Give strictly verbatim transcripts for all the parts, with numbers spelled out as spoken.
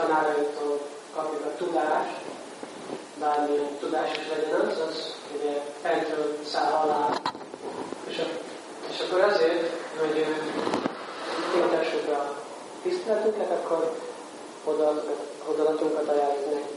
tanárainktól kapjuk a tudást, bármilyen tudás is legyen az, az ugye fentről száll alá. És, a, és akkor azért, hogy intessük a tiszteletünket, akkor odadatunkat ajánljuk neki.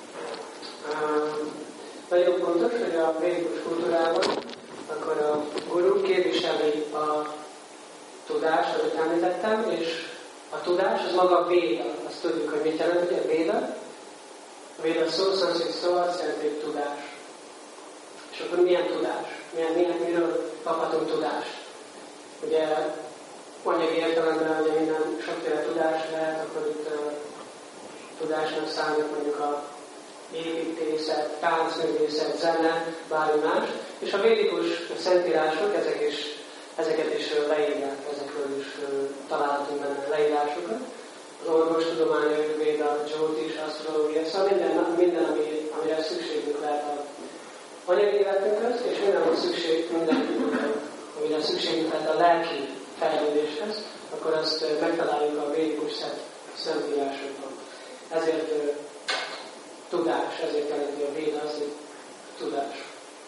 Um, nagyon fontos, hogy a védikus kultúrában akkor a guru képviseli a tudást, amit említettem, és a tudás az maga a véda. Azt tudjuk, hogy mit jelent, ugye a véda. A véda szó, szanszkrit szó azt jelenti, hogy tudás. És akkor milyen tudás? Milyen, milyen, miről kaphatunk tudást? Ugye anyagi értelemben ugye minden sokféle tudás lehet, akkor itt uh, tudásnak számít mondjuk a építészet, táncművészet, zene, bármi más. És a védikus szentírások, ezek is, ezeket is leírják, ezekről is uh, találhatunk benne leírásokat. Az orvostudomány, a véda, dzsótis, asztrológia, szóval minden, minden ami, amire szükségünk lehet a anyagi életünkhöz, és minden, ami szükség, minden, amire szükségünk lehet a lelki fejlődéshez, akkor azt megtaláljuk a védikus szentírásokban. Ezért uh, tudás, ezért jelenti a véda, az egy tudás.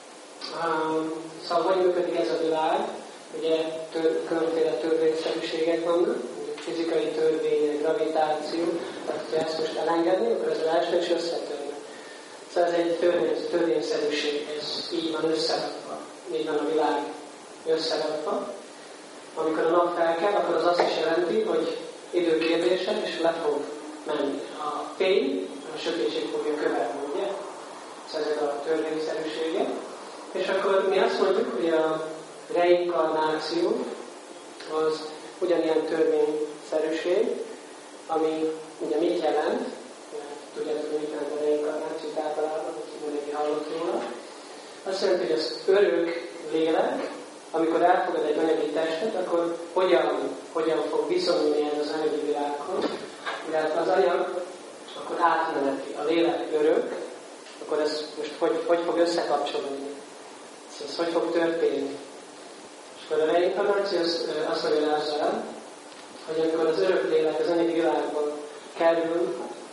Um, szóval hogy működik ez a világ? Ugye tör, különféle törvényszerűségek vannak, fizikai törvény, gravitáció, tehát ha ezt most elengedni, akkor ez leesne és összetörne. Szóval ez egy törvény, törvényszerűség, ez így van összerakva, így van a világ összerakva. Amikor a nap felkel, akkor az azt is jelenti, hogy időkérdése, és le fog menni. A fény, a sötétség fogja követni, ugye? Szóval ezek a törvényszerűségek. És akkor mi azt mondjuk, hogy a reinkarnáció az ugyanilyen törvényszerűség, ami ugye mit jelent, tudjátok, hogy mit jelent a reinkarnációt általában, hogy mindenki hallott róla. Azt jelenti, hogy az örök lélek, amikor elfogad egy anyagi testet, akkor hogyan, hogyan fog viszonyulni ez az anyagi világhoz. Mert az anyag akkor átmeneti, a lélek örök, akkor ez most hogy, hogy fog összekapcsolódni? Ez hogy fog történni? És akkor a reinkarnáció azt magyarázza el, hogy amikor az örök lélek az anyagi világban kerül,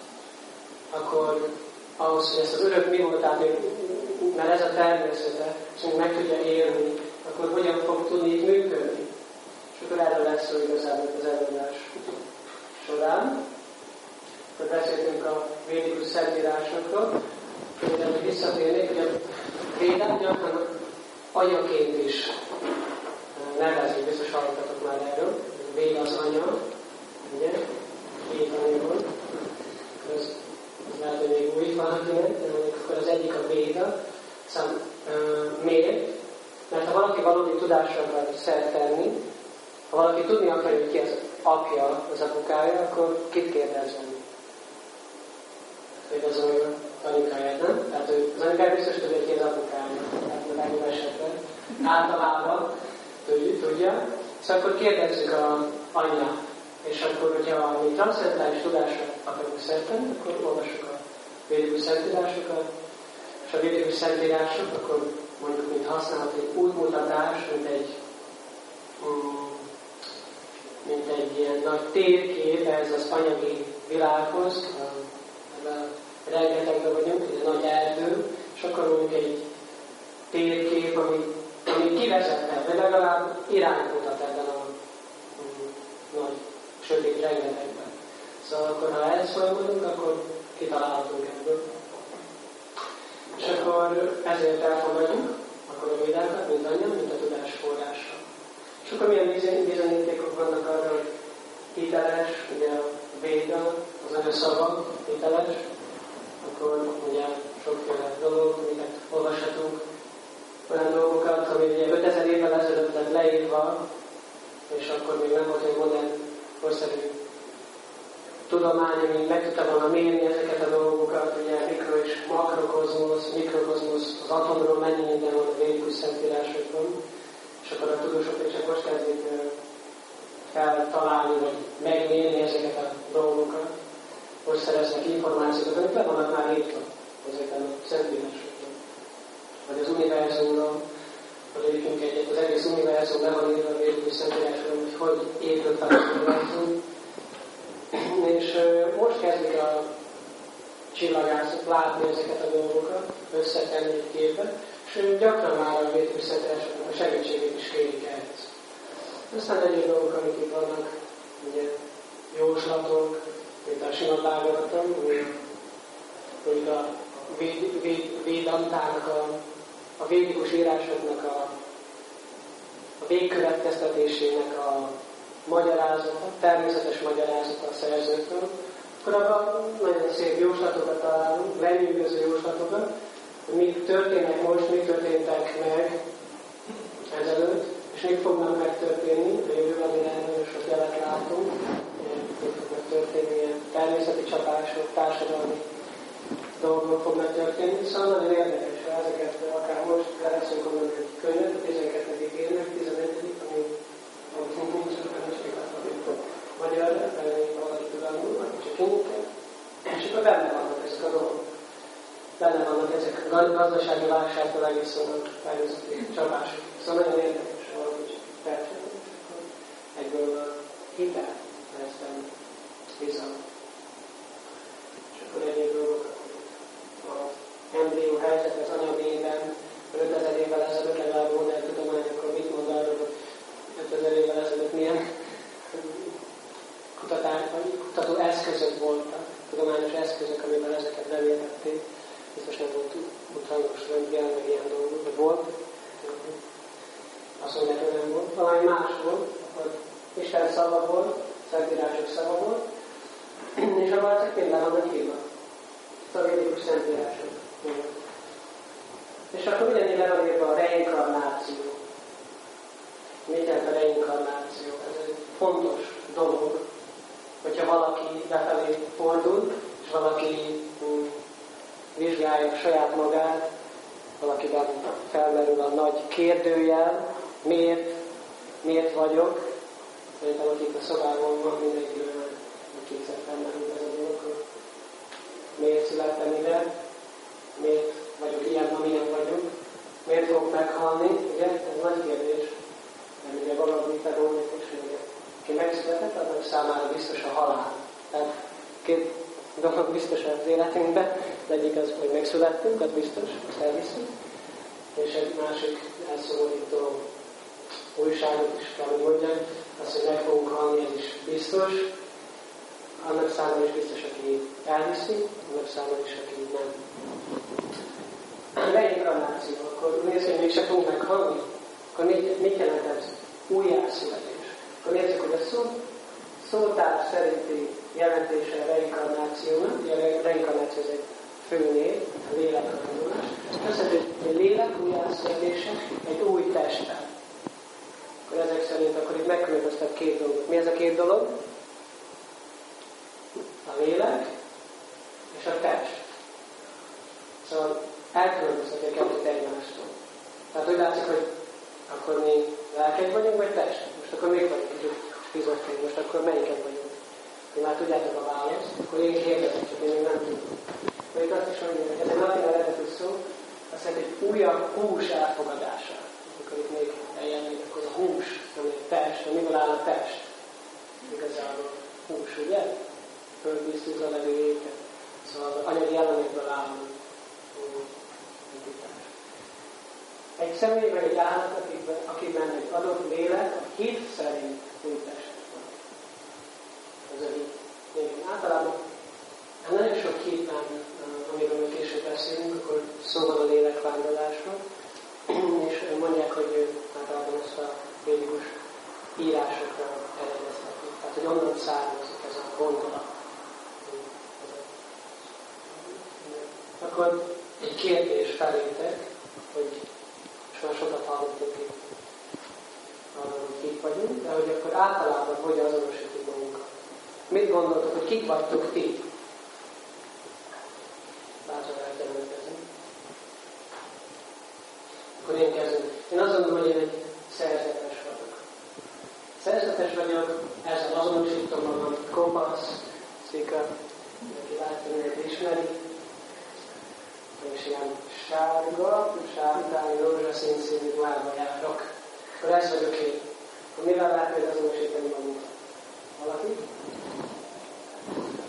akkor ahhoz, hogy ezt az örök mi voltát, mert ez a természete, és még meg tudja élni, akkor hogyan fog tudni itt működni? És akkor erről lesz szó igazából az előadás során. Akkor beszéltünk a védikus szentírásokról, hogy visszatérnék, hogy a védát gyakran anyaként is nevezik, biztos hallottatok már erről. Véda az anya, ugye? Két anya van. Ez, ez lehet, hogy még új valakinek, de akkor az egyik a véda. Szóval uh, miért? Mert ha valaki valódi tudásra akar szert tenni, ha valaki tudni akarja, hogy ki az apja, az apukája, akkor kit kérdezzen? Hogy az olyan anyukáját, nem? Tehát az anyukája biztos tudja, hogy ki az apukája. Tehát a legjobb esetben. Általában tudja. Szóval akkor kérdezzük az anyját. És akkor, hogyha mi transzcentális tudásra akarunk szerteni, akkor olvassuk a védikus szentírásokat. És a védikus szentírások, akkor mondjuk, mint használhat egy útmutatás, mint egy, um, mint egy ilyen nagy térkép ez az anyagi világhoz. Rengetegben vagyunk, egy nagy erdő, és akkor mondjuk egy térkép, ami, ami kivezethet, vagy legalább irányt mutat ebben a um, nagy, sötét rengetegben. Szóval akkor, ha ezt folyamodunk, akkor kitalálhatunk ebből. És akkor ezért elfogadjuk akkor a védákat, mint anyja, mint a tudás forrása. És akkor milyen bizonyítékok vannak arra, hogy hiteles, ugye a véda, az anyaszava hiteles, akkor ugye sokféle dolog, amiket olvashatunk, olyan dolgokat, ami ugye ötezer évvel ezelőtt lett leírva, és akkor még nem volt egy modern, korszerű tudomány, ami meg tudta volna mérni ezeket a dolgokat, ugye mikro- és makrokozmosz, mikrokozmosz, az atomról mennyi minden van a védikus szentírásokban, és akkor a tudósok csak most kezdik feltalálni, vagy megmérni ezeket a dolgokat, most szereznek információkat, amik le vannak már írva ezeken a szentírásokban. Vagy az univerzumról, hogy egyébként egyet, az egész univerzum le van írva a védikus szentírásokban, hogy hogy épült fel az univerzum, és És most kezdik a csillagászok látni ezeket a dolgokat, összetenni egy képbe, és gyakran már a védőszeresek a segítségét is kérik ehhez. Aztán egyéb dolgok, amik itt vannak, ugye jóslatok, mint a sima tágolatom, mint a véd, véd, védantának, a, a védikus írásoknak a, a végkövetkeztetésének a magyarázata, természetes magyarázata a szerzőtől, akkor abban nagyon szép jóslatokat találunk, lenyűgöző jóslatokat, hogy mik történnek most, mik történtek meg ezelőtt, és mik fognak megtörténni, a jövőben nagyon sok jelet látunk, mik fognak történni, ilyen természeti csapások, társadalmi dolgok fognak történni, szóval nagyon érdekes, hogy ezeket akár most leszünk onnan egy könyvet, a tizenkettedik érnek, tizenegyedik, ami nincs, nincs még látható magyarra, valaki tudatlanul, vagy csak indítja, és akkor benne vannak ezek a dolgok. Benne vannak ezek a gazdasági válságtól egészen a természeti csapások. Szóval nagyon érdekes valahogy percsen, és akkor egyből a hitel lesztem bizalom. És akkor egyéb dolgok, az embrió helyzet az anyamében, ötezer évvel ezelőtt legalább modelltudomány, akkor mit mond arról, hogy ötezer évvel ezelőtt milyen kutatás, vagy kutató eszközök voltak, tudományos eszközök, amivel ezeket bemértették. Biztos nem volt utános röntgen, meg ilyen dolgok, de volt. Azt mondják, hogy nem volt. Valami más volt, akkor Isten szava volt, Szentírások szava volt, és abban ezek minden vannak írva. A védikus Szentírások. És akkor ugyanígy le van írva a reinkarnáció. Mit jelent a reinkarnáció? Ez egy fontos dolog, hogyha valaki befelé fordul, és valaki hm, vizsgálja saját magát, valakiben felmerül a nagy kérdőjel, miért, miért vagyok. Szerintem, akik a szobában van, mindenkiről kétszer felmerül ez a dolog, miért születtem ide, miért vagyok ilyen, amilyen vagyok, miért fogok meghalni, ugye? Ez nagy kérdés. Mert ugye valami pedónik is, hogy aki megszületett, annak számára biztos a halál. Tehát két dolog biztos az életünkben, de egyik az, hogy megszülettünk, az biztos, azt elhiszünk. És egy másik elszomorító újságot is kell, hogy mondjam, az, hogy meg fogunk halni, ez is biztos. Annak számára is biztos, aki elhiszi, annak számára is, aki nem. Reinkarnáció, akkor nézzük, hogy mégsem fogunk meghalni. Akkor mit, mit jelent ez? Újjászületés. Akkor nézzük, hogy a szó, szótár szerinti jelentése a reinkarnációnak, ugye a reinkarnáció az egy főnév, a lélekvonulás. Azt jelenti, hogy egy lélek újjászületése egy új testtel. Akkor ezek szerint akkor itt megkülönböztet két dolgot. Mi ez a két dolog? A lélek és a test. Szóval elkülönbözteti a kettőt egymástól. Tehát úgy látszik, hogy akkor mi lelkek vagyunk, vagy test? Most akkor még vagyunk kicsit bizonyos, most akkor melyiket vagyunk? Ti már tudjátok a választ, akkor én kérdezem, csak én még nem tudom. Még azt is mondja, hogy ez egy latin eredetű szó, azt jelenti, hogy újabb hús elfogadása. Amikor itt még eljelenik, akkor a hús, ami a test, amiből áll a test. Igazából hús, ugye? Földvíztűz a levő éket. Szóval az anyagi jelenlétből állunk. Egy személy vagy egy állat, akiben, akiben egy adott lélek, a hit szerint új testet van. Ez a hit. Igen, általában nagyon sok hitben, amiről még később beszélünk, akkor szó van a lélekvándorlásról, és mondják, hogy általában ezt a védikus írásokra eredezhető. Tehát, hogy onnan származik ez a gondolat. Akkor egy kérdés felétek, hogy soha sokat hallottunk itt arról, hogy kik vagyunk, de hogy akkor általában hogy azonosítjuk magunkat. Mit gondoltok, hogy kik vagytok ti? Bátran elterülkezni. Akkor én kezdem. Én azt gondolom, hogy én egy szerzetes vagyok. Szerzetes vagyok, ezzel azonosítom magam, kompasz, szika, aki látja, hogy ismeri. És ilyen sárga, sárgány, rózsaszín színű ruhában járok. Akkor ez vagyok én. Akkor mivel lehet hogy azonosítani magunkat? Valaki?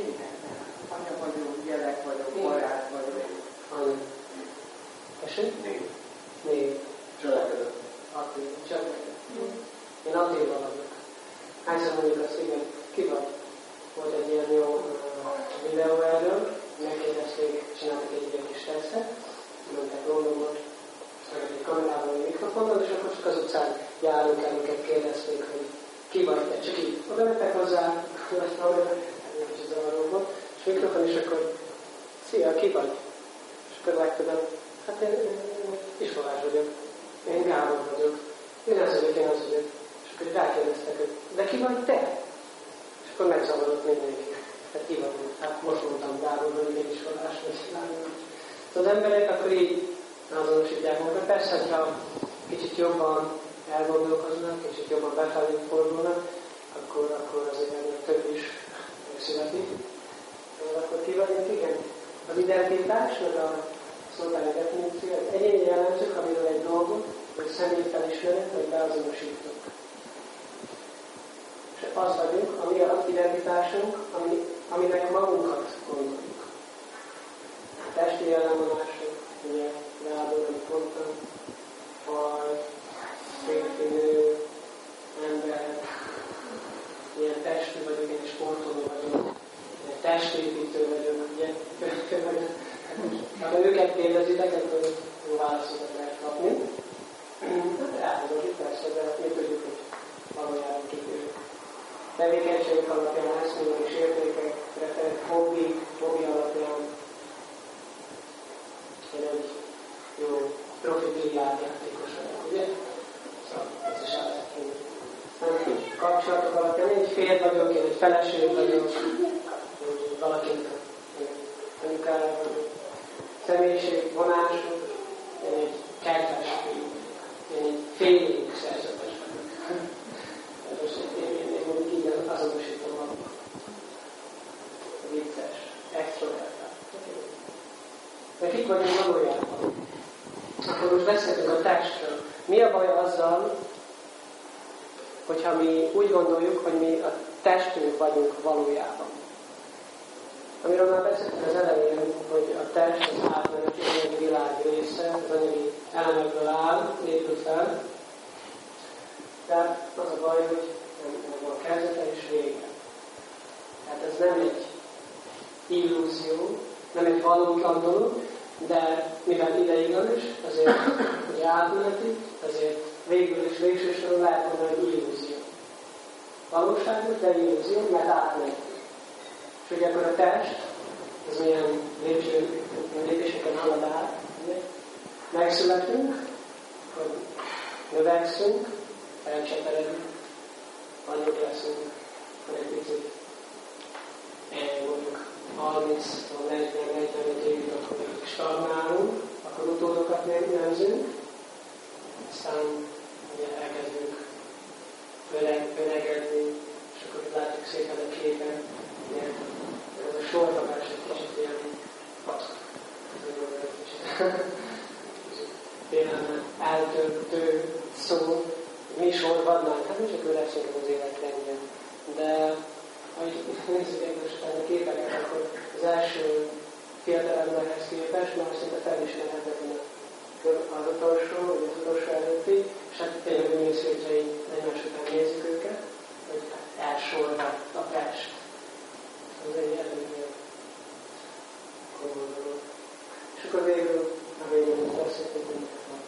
Mindennel. Anya vagyok, gyerek vagyok, barát vagyok. Anya. Esély? Négy. Négy. Cselekedet. Attila. Cselekedet. Én Attila vagyok. Hányszor mondjuk azt, igen, ki vagy? Volt egy ilyen jó uh, videó erről, megkérdezték, csináltak egy ilyen kis tesztet, mondták Londonban, egy kamerával, egy mikrofonnal, és akkor csak az utcán járunk el, minket kérdezték, hogy ki vagy te, csak így oda mentek hozzá, egy kicsit zavaró volt, és mikrofon, és akkor szia, ki vagy? És akkor megtudom, hát én, én iskolás vagyok, én Gábor vagyok, én az vagyok, én az vagyok. És akkor rákérdeztek, hogy de ki vagy te? És akkor megzavarodott mindenki. Hát ki vagy? Hát most mondtam Gábor, hogy én iskolás vagyok. Az emberek akkor így azonosítják magukat. Persze, ha kicsit jobban elgondolkoznak, kicsit jobban befelé fordulnak, akkor, akkor azért ennek több is megszületik. Akkor ki vagyunk, igen. Az identitás, meg a szótani definíció, az egyéni jellemzők, amiről egy dolgot, vagy személyfelismeret, vagy beazonosítunk. És az vagyunk, ami az identitásunk, ami, aminek magunkat gondoljuk. A testi jellemvonások, ugye, Gábor, amit mondtam, faj, férfi, nő, ember, ilyen testű vagyok, én sportoló vagyok, ilyen testépítő vagyok, ugye, követő vagyok. Ha őket kérdezitek, akkor jó válaszokat lehet kapni. Hát elmondjuk persze, de hát mi tudjuk, hogy valójában kik ők. Tevékenységek alapján, eszmények és értékekre tett hobbi, hobbi alapján én egy jó profi biliárdjátékos vagyok, ugye? Szóval ez is el lehet tudni. Kapcsolatok alapján én egy férj vagyok, én egy feleség vagyok, én valakinek anyukára vagyok. Személyiség, vonások, én egy kedves fiú vagyok. Én egy félig szerzetes vagyok. Most én, én, én mondjuk így azonosítom magamat. Vicces, extrovertált. De kik vagyunk valójában? Akkor most beszélünk a testről. Mi a baj azzal, hogyha mi úgy gondoljuk, hogy mi a testünk vagyunk valójában? Amiről már beszéltem az elején, hogy a test az átmeneti anyagi világ része, az anyagi elemekből áll, épül fel. Tehát az a baj, hogy nem van kezdete és vége. Tehát ez nem egy illúzió, nem egy valótlan dolog, de mivel ideiglenes, ezért ugye átmeneti, ezért végül is végső soron lehet mondani, hogy illúzió. Valóságos, de illúzió, mert átmeneti. És ugye akkor a test, az olyan lépcső, lépéseken halad át, megszületünk, akkor növekszünk, elcseperedünk, nagyobb leszünk, akkor egy picit mondjuk harminc-negyven-negyvenöt évig, akkor még stagnálunk, akkor utódokat nemzünk, aztán ugye elkezdünk öreg, öregedni, és akkor látjuk szépen a képen, ez a sorvadás egy kicsit ilyen patak. Tényleg eltöltő szó, mi sorvadnánk, hát mi csak öregszünk az életrendjen. De ahogy nézzük most a képeket, akkor az első fiatalemberhez képest már szinte felismerhetetlen az utolsó, vagy az utolsó előtti, és hát tényleg mi nézzük, hogyha így egymás után nézzük őket, hogy elsorvadt a test. Az egy elég komoly dolog. És akkor végül a végül is beszéltünk, hogy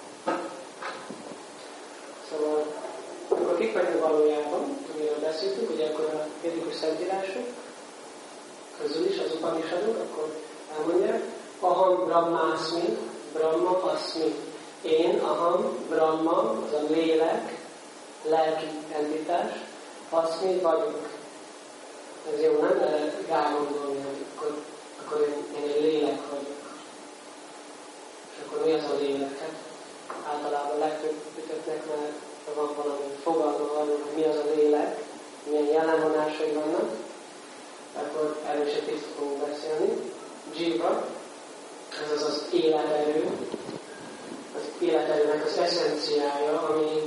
szóval, amikor kik vagyunk valójában, amiről beszéltünk, ugye akkor a védikus szentírások közül is, az Upanishadok, akkor elmondják, Aham Brahmasmi, Brahma Asmi. Én, Aham, Brahma, az a lélek, lelki entitás, Asmi vagyok. Ez jó, nem? De rágondolni, hogy akkor, akkor én, én egy lélek vagyok. És akkor mi az a lélek? Hát általában legtöbb ütöknek már van valami fogalma arról, hogy mi az a lélek, milyen jellemvonásai vannak, akkor erről is egy picit fogunk beszélni. Jiva, ez az az életerő, az életerőnek az eszenciája, ami,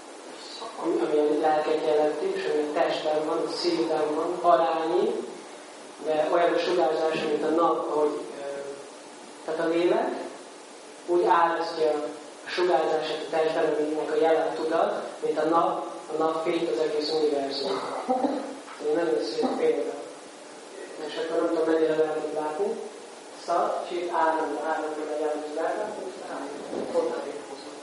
ami, ami a lelket jelenti, és ami a testben van, a szívben van, parányi, de olyan a sugárzás, mint a nap, ahogy tehát a lélek úgy árasztja a sugárzását a testben, aminek a jelen tudat, mint a nap, a napfényt az egész univerzum. Ez nagyon szép példa. És akkor nem tudom, mennyire lehet látni. Szat, csít, áram, áram, a jelen tudatát, pont a véghozom.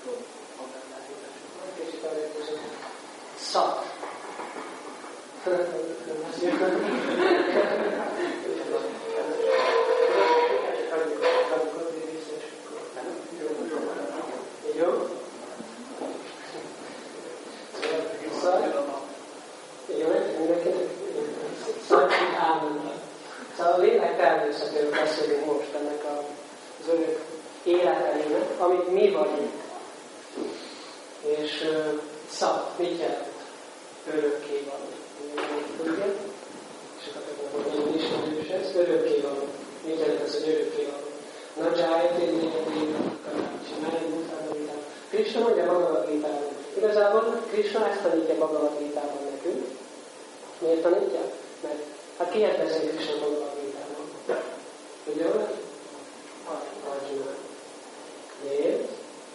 Kicsit a véghozom. Szat. Jó? Szóval a lélek természetről beszélünk most ennek az örök életelének, amit mi vagyunk. És uh, szab, mit jelent? Örökké van. Tudja? És akkor nagyon ismerős ez, örökké van. Mit jelent ez, hogy örökké van? Na, Jai, tényleg, Krishna mondja Bhagavad Gitában. Igazából Krishna ezt tanítja Bhagavad Gitában nekünk. Miért tanítja? Mert hát kiért beszél Krishna Bhagavad Gitában? Tudja valaki? Arjuna. Miért?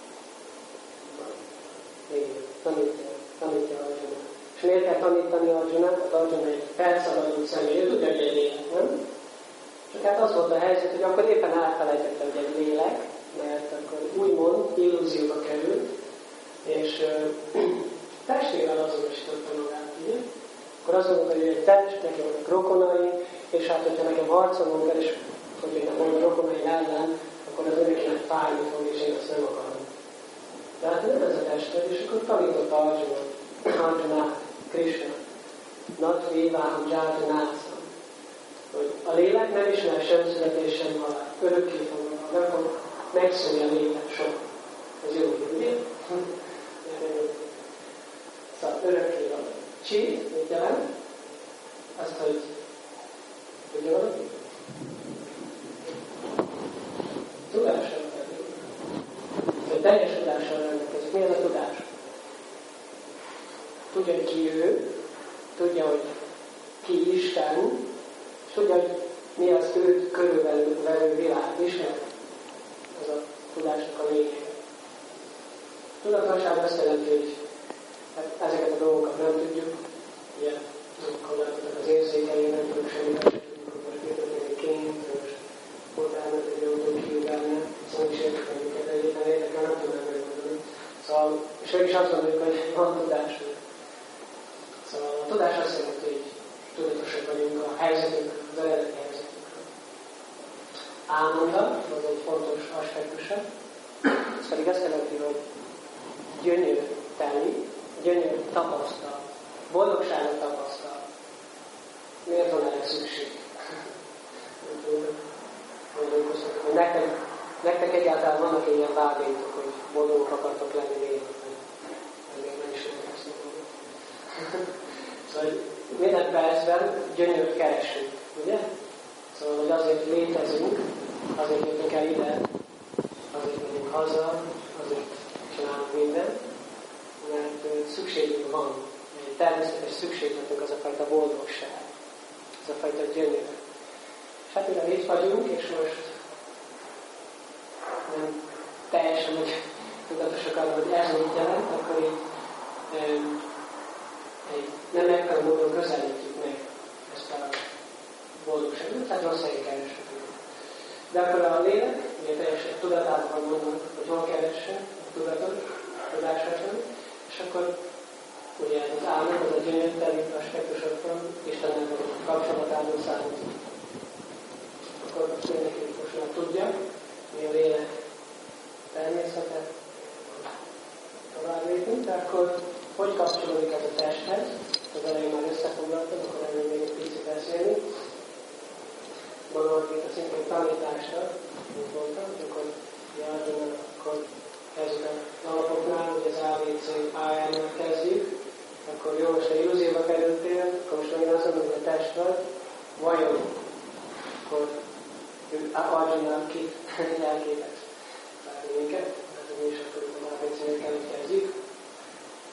Igen, tanítja. Tanítja Arjuna. És miért kell tanítani Arjunát? Hát Arjuna egy felszabadult személy, tudja, hogy egy lélek, nem? Csak hát az volt a helyzet, hogy akkor éppen elfelejtette, hogy egy lélek, mert akkor úgymond illúzióba került, és uh, testével azonosította magát, ugye? Akkor azt mondta, hogy egy test, nekem vannak rokonai, és hát, hogyha nekem harcolnom kell, és hogy nekem van rokonai ellen, akkor az önökének fájni fog, és én azt nem akarom. De hát nem ez a tested, és akkor tanította Arjuna, Arjuna, Krishna, Nat Véváham Jártanászam, hogy a lélek nem ismer sem születés, sem halál, örökké fog, nem fog megszűnni a lélek soha. Ez jó, ugye? Szóval örökké van. Csi, mit jelent? Azt, hogy tudja valaki? Tudással pedig. Hogy teljes tudással rendelkezik. Mi az a tudás? Tudja, hogy ki ő, tudja, hogy ki Isten, és tudja, hogy mi az őt körülvelő világ. Ismer? Ez a tudásnak a lényege. Tudatosság azt jelenti, hogy hát ezeket a dolgokat nem tudjuk, ugye, korlátoznak az érzékeink, nem tudjuk semmivel, sem tudjuk, hogy most mit történik ként, most hol elment egy autó kiugrálni, szóval is értek minket, de egyébként érdekel, nem tudnám megmondani. Szóval, és mégis azt mondjuk, hogy van tudásunk. Szóval a tudás azt jelenti, hogy tudatosak vagyunk a helyzetünk, az eredeti helyzetünkről. Álmanda, az egy fontos aspektusa, ez pedig azt jelenti, hogy gyönyör teli, gyönyör tapasztal, boldogságot tapasztal. Miért van erre szükség? nektek, nektek egyáltalán vannak ilyen vágyaitok, hogy boldogok akartok lenni végül, hogy még nem is ezt mondom. Szóval minden percben gyönyört keresünk, ugye? Szóval, hogy azért létezünk, azért jöttünk el ide, azért megyünk haza, azért csinálunk mindent, mert szükségünk van, egy természetes szükségletünk az a fajta boldogság, az a fajta gyönyör. És hát mivel itt vagyunk, és most nem teljesen hogy tudatosak arra, hogy ez mit jelent, akkor így egy nem megfelelő módon közelítjük meg ezt a boldogságot, tehát rossz helyen keressük. De akkor a lélek, ugye teljesen tudatában vannak, hogy hol keresse a tudatot, tudásában, és akkor ugye az állam, az a gyönyörteli aspektusokon Istennel a kapcsolatából származik. Akkor mindenki most már tudja, mi a lélek természete, tovább lépünk, de akkor hogy kapcsolódik ez a testhez? Az elején már összefoglaltam, akkor erről még egy picit beszélni. Magam itt a szintén tanításra, mint mondtam, akkor Arjuna, akkor kezdjük az alapoknál, hogy az á bé cé á en-nel kezdjük, akkor jó, most a illúzióba kerültél, akkor most megint azt mondom, hogy a test vagy, vajon, akkor Arjuna kit elképes várni minket, tehát mi is akkor az á bé cé-nek kell, hogy kezdjük.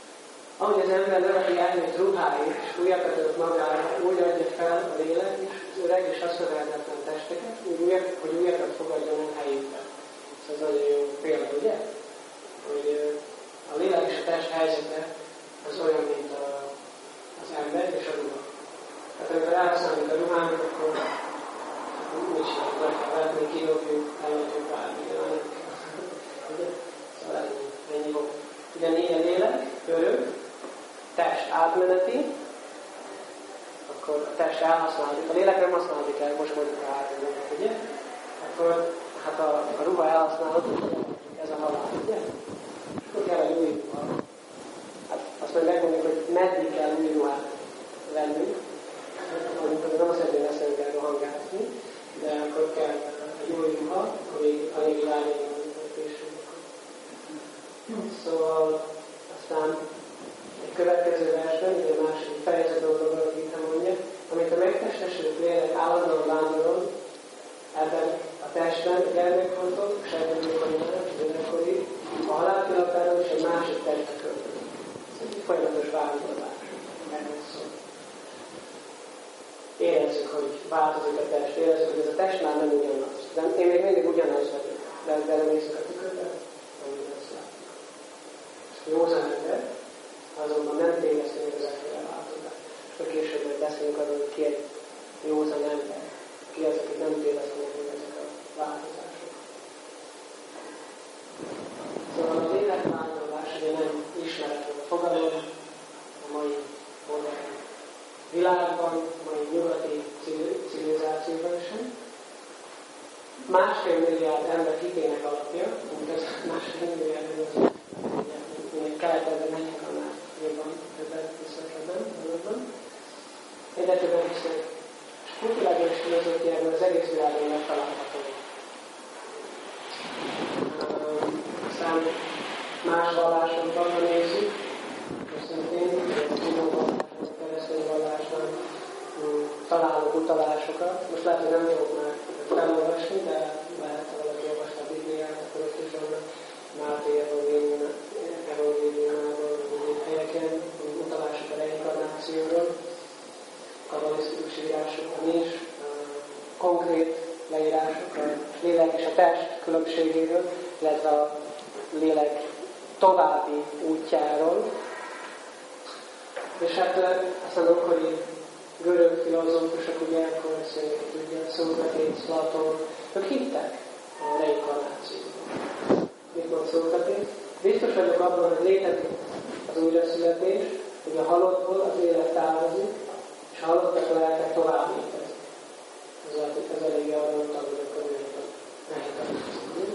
Ahogy az ember növeli elmét ruháit, és újakat ad magára, úgy adja fel a lélek is az és használhatatlan testeket, úgy újat, hogy újakat fogadjon el helyükbe. Ez nagyon jó példa, ugye? Hogy a lélek és a test helyzete az olyan, mint a, az ember és a ruha. Tehát amikor elhasználjuk a ruhánkat, akkor mit csináljuk, le kell vetni, kidobjuk, eladjuk bármilyen anyag. Szóval ennyi volt. Ugyanígy a lélek, örök, test átmeneti, akkor a test elhasználódik. A lélek nem használódik el, most mondjuk a átmenetet, ugye? Akkor hát a, a ruha elhasználódik, ez a halál, ugye? És akkor kell egy új ruha. Hát azt majd megmondjuk, hogy meddig kell új ruhát vennünk. Amikor nem azt jelenti, hogy ezt nem kell rohangálni, de akkor kell egy új ruha, amíg annyi világban van később. Szóval aztán egy következő versben, ugye a második fejezet dolgokban, hogy itt mondja, amit a megtestesült lélek állandóan vándorol, ebben a testben a gyermekkortól, sejtőműködően, gyermekkori, a halálpillanatáról és egy másik testre költözött. Ez egy folyamatos vándorlás. Erről szól. Érezzük, hogy változik a test, érezzük, hogy ez a test már nem ugyanaz. De én még mindig ugyanaz vagyok. De belenézzük a tükörbe, nem ugyanaz látom. Józan ember, azonban nem tévesztő még ezekre változást. És akkor később beszélünk arról, hogy ki egy józan ember, ki az, akik nem tévesztenek még ezek a változások. Szóval a lélekvándorlás ugye nem ismeretlen a fogalom a mai modern világban, a mai nyugati civilizációban sem. Másfél milliárd ember hitének alapja, mint ez másfél milliárd ember, még keletben menjünk annál jobban, többet viszonylatban, valóban. Egyre többen hisznek. És kulturális filozófiában az egész világon megtalálható. Aztán más vallásokban, ha nézzük, szintén, a zsidó vallásban, a keresztény vallásban találunk utalásokat. Most lehet, hogy nem fogok már felolvasni, de lehet, ha valaki olvasta a Bibliát, akkor ott is vannak Máté evangéliumában, vagy helyeken, utalások a reinkarnációról, kabbalisztikus írásokban is, konkrét leírások a lélek és a test különbségéről, illetve a lélek további útjáról. És hát aztán akkori görög filozófusok, ugye, akkor ezt tudja, Szókratész, Platon, ők hittek a reinkarnációban. Mit mond Szókratész? Biztos vagyok abban, hogy létezik az újraszületés, hogy a halottból az élet távozik, és a halottak lelkek tovább létezik. Ez, ez eléggé arra utal, hogy akkor reinkarnáció.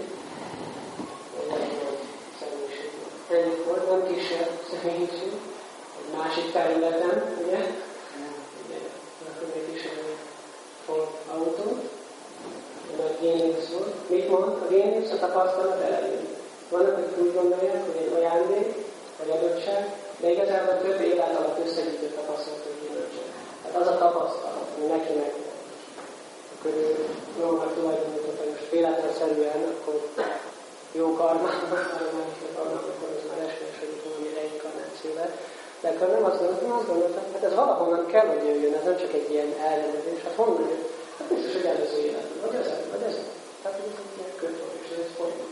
Személyiség. Ennyi volt, nem kisebb személyiség. Egy másik területen, ugye? Ugye, akkor egy kis Ford autó, egy géniusz volt. Mit mond? A géniusz a tapasztalat elején. Vannak, akik úgy gondolják, hogy egy ajándék, vagy adottság, de igazából több élet alatt összegyűjtő tapasztalatot gyűjtő. Tehát az a tapasztalat, ami neki megvan. Akkor ő normál tulajdonított, hogy most véletlenszerűen, akkor jó karmában, akkor az már esélyesödik valami reinkarnáció lett. De akkor nem azt gondoltam, azt gondoltam, hát ez valahonnan kell, hogy jöjjön, ez nem csak egy ilyen elnevezés, hát honnan jön? Hát biztos, hogy előző életben, vagy ezen, vagy ezen. Tehát ez egy ilyen kötő, és ez folyam.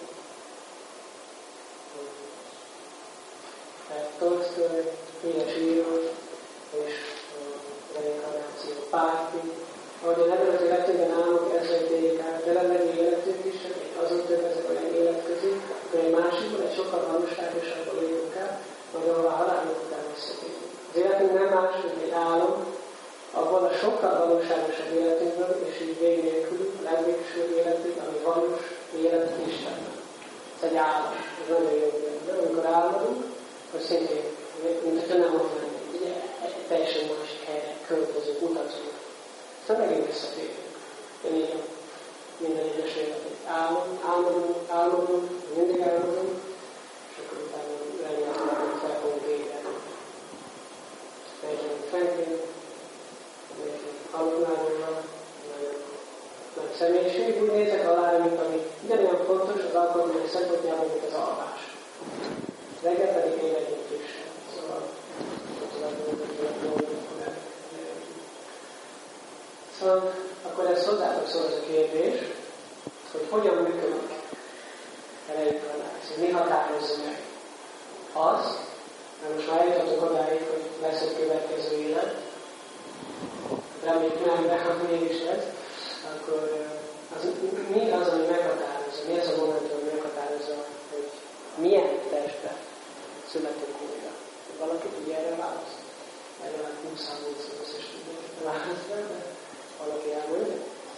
Tehát Tolsztoy, híres író, és a reinkarnáció párti, ahogy a nevezető legtöbben álmok ezzel térjék át, de levegő életük is, azon több ezek olyan élet közül, hogy egy másikban egy sokkal valóságosabban élünk át, majd ahol a halálunk után visszatérünk. Az életünk nem más, mint egy álom, abban a sokkal valóságosabb életünkből, és így vég nélkül a legvégsőbb életünk, ami valós élet Istenben. Ez egy álom, ez nagyon jó élet. Amikor álmodunk, hogy szintén, mint hogyha nem ott lennénk, ugye egy teljesen másik helyre költözünk, utazunk. Aztán megint visszatérünk. Én így minden egyes életet álmodunk, álmodunk, álmodunk, mindig álmodunk, és akkor utána remélhetően fel fogunk égetni. Benjamin Franklin, alapnálóval, nagyon nagy személyiség. Úgy nézek alára, mint ami ugyanolyan fontos az alkotmány szempontjában, mint az alvás. Reggel pedig én legyünk frissen. Szóval, Szóval akkor ez hozzátok szól az a kérdés, hogy hogyan működik a reinkarnáció, mi határozza meg azt, mert most már eljutottunk odáig, hogy lesz egy következő élet, reméljük nem, de ha mégis lesz, akkor az, mi az, ami meghatározza, mi az a momentum, ami meghatározza, hogy milyen testben születünk újra. Valaki tudja erre választ? Erre már muszáj volt az összes válaszra, de valaki elmondja?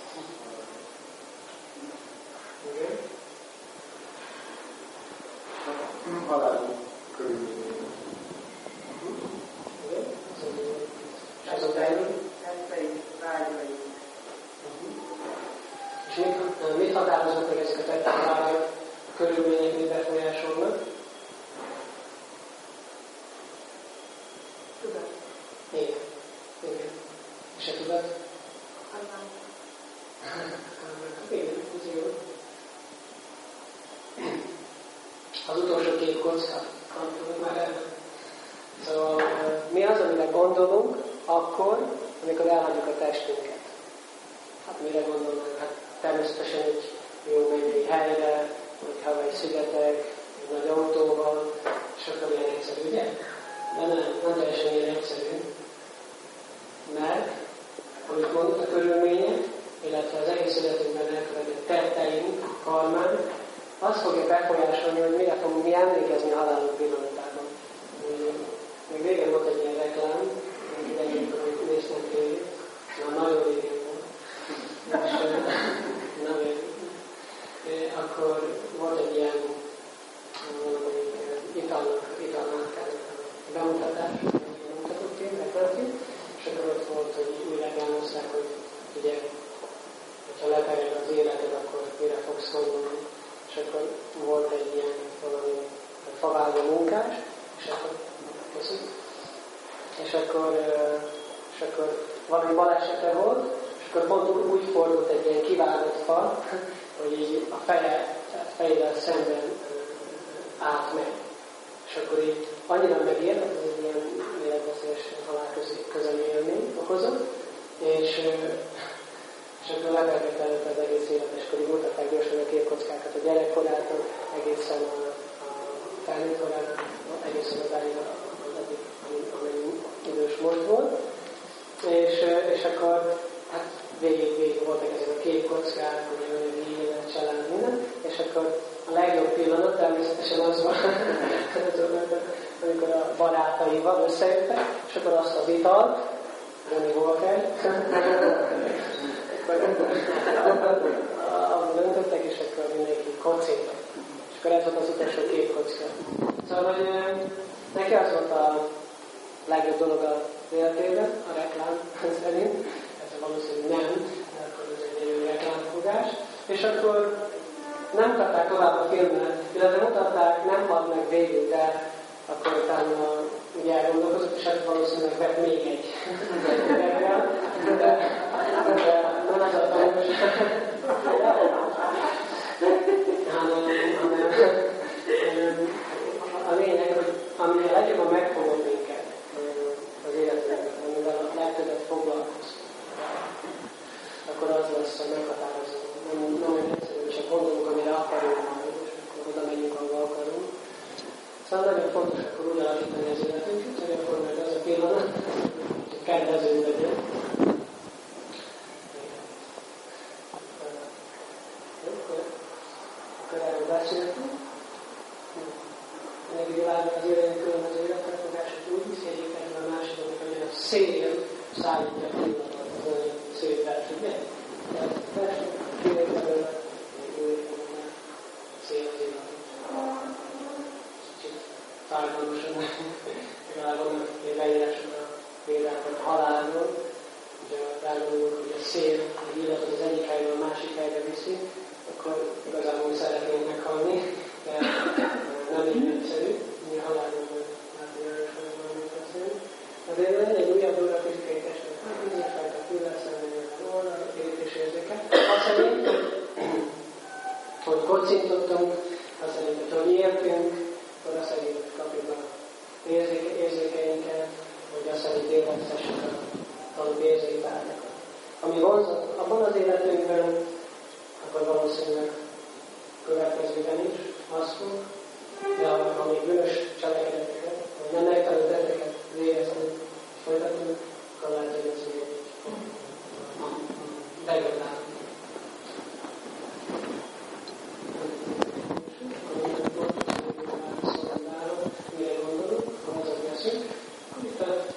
Igen? Halálunk körülményei. Igen? És azon belül? Testeink, vágyaink. És mit, mit határoznak meg ezek a tettek vágyak, körülmények, mit befolyásolnak? Tudat. Igen. Igen. És a tudat? Igen, ez jó. Az utolsó két kocka, gondolom már el. Szóval mi az, amire gondolunk akkor, amikor elhagyjuk a testünket? Hát mire gondolunk? Hát természetesen egy jó mennyei helyre, vagy Hawaii szigetek, egy nagy autóval, és akkor ilyen egyszerű, ugye? De nem, nem teljesen ilyen egyszerű. Mert, amit mondott, a körülmények, illetve az egész életünkben elkövetett tetteink, karmán, azt fogja befolyásolni, hogy mire fogunk mi emlékezni a halálunk pillanatában. Még régen volt egy ilyen reklám, mindenki, hogy néztem tévét, már nagyon régen volt. És nem akkor volt egy ilyen valami italnak, italnak bemutatás, bemutatott film, reklamfilm, és akkor ott volt, hogy úgy reklámozták, hogy ugye, hogyha lepereg az életed, akkor mire fogsz gondolni. És akkor volt egy ilyen valami favágó munkás, és akkor, köszönöm, és akkor, és akkor valami balesete volt, és akkor pont úgy fordult egy ilyen kivágott fal, hogy így a feje, fejével szemben átmegy. És akkor így annyira megért, hogy ez egy ilyen életveszélyes halál közeli élmény okozott, és és akkor lepergett előtt az egész élet, és akkor így mutatták gyorsan a képkockákat a gyerekkorától, egészen a, a felnőtt korán, egészen odáig, amennyi idős most volt. És, és akkor hát végig, végig voltak ezek a képkockák, hogy a élet, család, minden, és akkor a legjobb pillanat természetesen az van, amikor a barátaival összejöttek, és akkor azt az italt, Johnny Walker, ahol döntöttek, és akkor mindenki kocintak. És akkor ez volt az utolsó két kocka. Szóval, hogy neki az volt a legjobb dolog az életében, a reklám szerint. Ez valószínűleg nem, mert akkor ez egy nagyon reklámfogás. És akkor nem mutatták tovább a filmet, illetve mutatták, nem halt meg végül, de akkor utána ugye elgondolkozott, és hát valószínűleg vett még egy reklám. De, de nem ez a tanulság, hanem a lényeg, hogy ami a legjobban megfogott minket az életünkben, amivel a legtöbbet foglalkozunk, akkor az lesz a meghatározó. Nem, nem olyan egyszerű, csak gondolunk, amire akarunk majd, és akkor oda megyünk, ahol akarunk. Szóval nagyon fontos akkor úgy alakítani az életünket, hogy akkor meg az a pillanat, hogy kedvező legyen. Akkor erről beszéltünk. Mindenki világban az éreink különböző életfelfogások úgy viszi egyik egyben a másiknak, hogy a szél szállítja a pillanatot, az olyan szép vers, ugye? Tehát a verseny kivéd belőle, úgy szél az illatot. Kicsit fájdalmasan, legalább vannak leírások a példában a halálról, ugye rágondolunk, hogy a szél az illatot az egyik helyről a másik helyre viszi, akkor igazából szeretnénk meghalni, de nem így egyszerű, mi a halálról átjárásról valamit beszélünk. Azért lenne egy újabb dolog, hogy fizikai hát mindenfajta fülelszemben volna, érítés érzéke. Azt szerint, hogy kocintottunk, azt szerint, hogy hogy értünk, akkor azt szerint, hogy kapjuk a érzéke, érzékeinket, hogy azt szerint élveztessük a tanult érzékvágyakat. Ami ami vonzott abban az életünkben, akkor valószínűleg következőben is azt fog, de ha még bűnös cselekedeteket, vagy nem megtanult tetteket végezni, folytatni, akkor lehet, hogy ez még degradál. Mire gondolunk, ha azok leszünk, akkor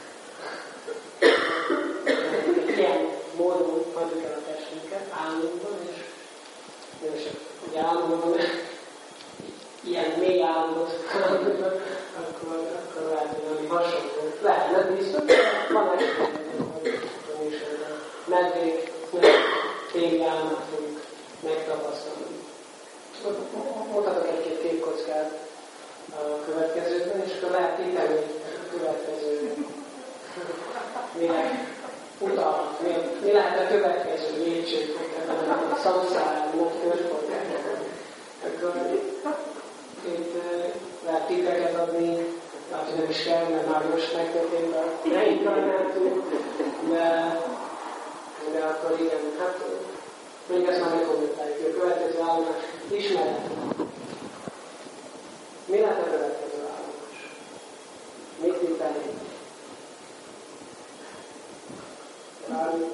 ilyen módon hagyjuk el a testünket álmunkban, és nem is ugye álmunkban, ilyen mély álmot, akkor, akkor lehet, hogy valami hasonló. Lehet, nem biztos, de van esetben is, hogy a medvék téli álmát fogjuk megtapasztalni. Mutatok egy-két képkockát a következőben, és akkor lehet ítélni a következő mire utalhat, mi, mi lehet a következő lépcsőfok ebben a szamszárában, nagy körforgásban. Akkor itt lehet tippeket adni, lehet, hogy nem is kell, mert már most megtörtént a reinkarnáció, de, de akkor igen, hát még ezt már megkommentáljuk. A következő állomás ismeret. Mi lehet a következő állomás? Mit tippelni? Bármi,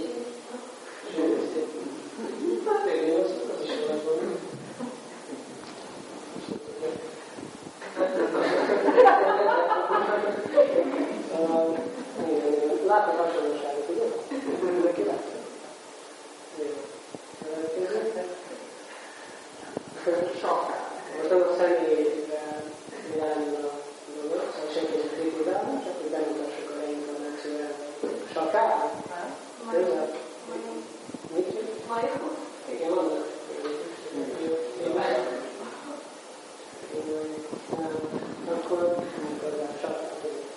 hát én az, az is olyan van. Látok hasonlóságot, ugye? Mindenki látja? Most nem a személyre irányul a dolog, szóval senki nem kritizálni, csak hogy bemutassuk a reinkarnációját. Sakál? Közel? Mit? Igen, vannak. Én vágyok. Akkor nem kell sakál.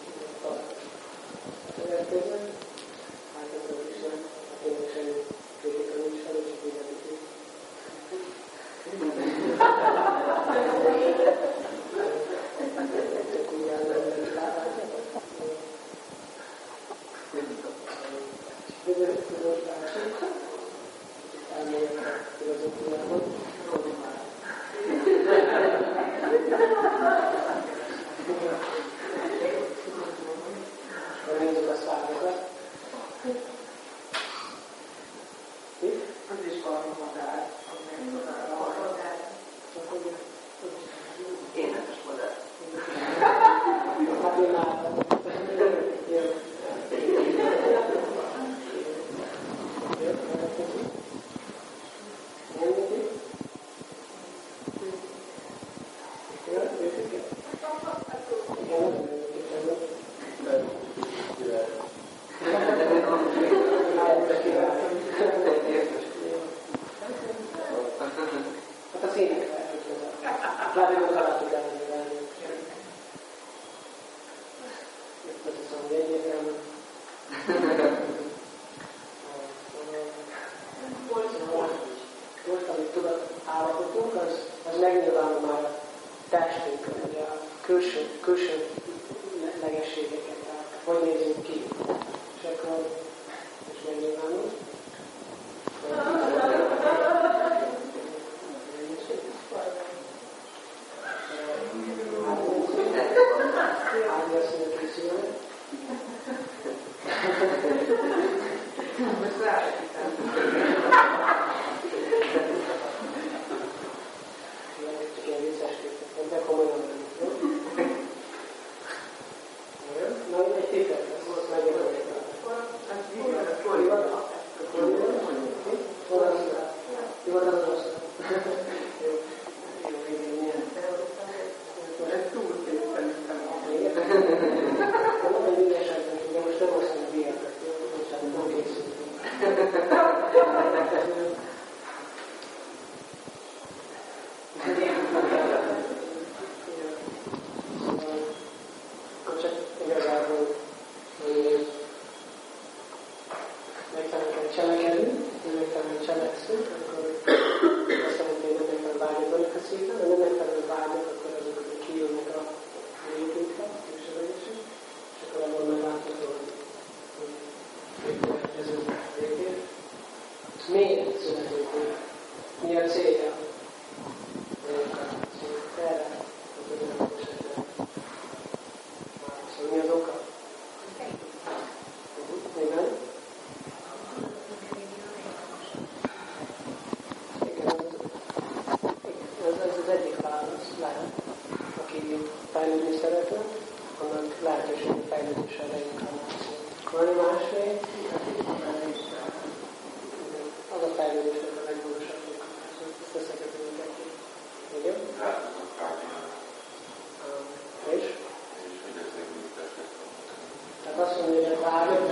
A következő. Hát akkor is nem. Én is semmi kritika nincs fel, csak így elítik. Csak úgy állom, hogy látjátok. Elmegyek a filozófiában. Akkor nézzük a szvárokat. Mit? Az is valami madár. Énetes madár. Hát én láttam. Jó. Jó, következő. Ennyit. Miért születünk meg? Mi a célja? Erre, mi az oka? Igen? Igen, ez, ez az egyik válasz lehet. Aki fejlődni szeretne, annak lehetőség, hogy fejlődésre reinkarnáció. Van más még? Az a fejlődésnek a legmagasabb inkarnáció. Ezt összekötő mindenki. Igen? És? Tehát azt mondja, hogy a vágyat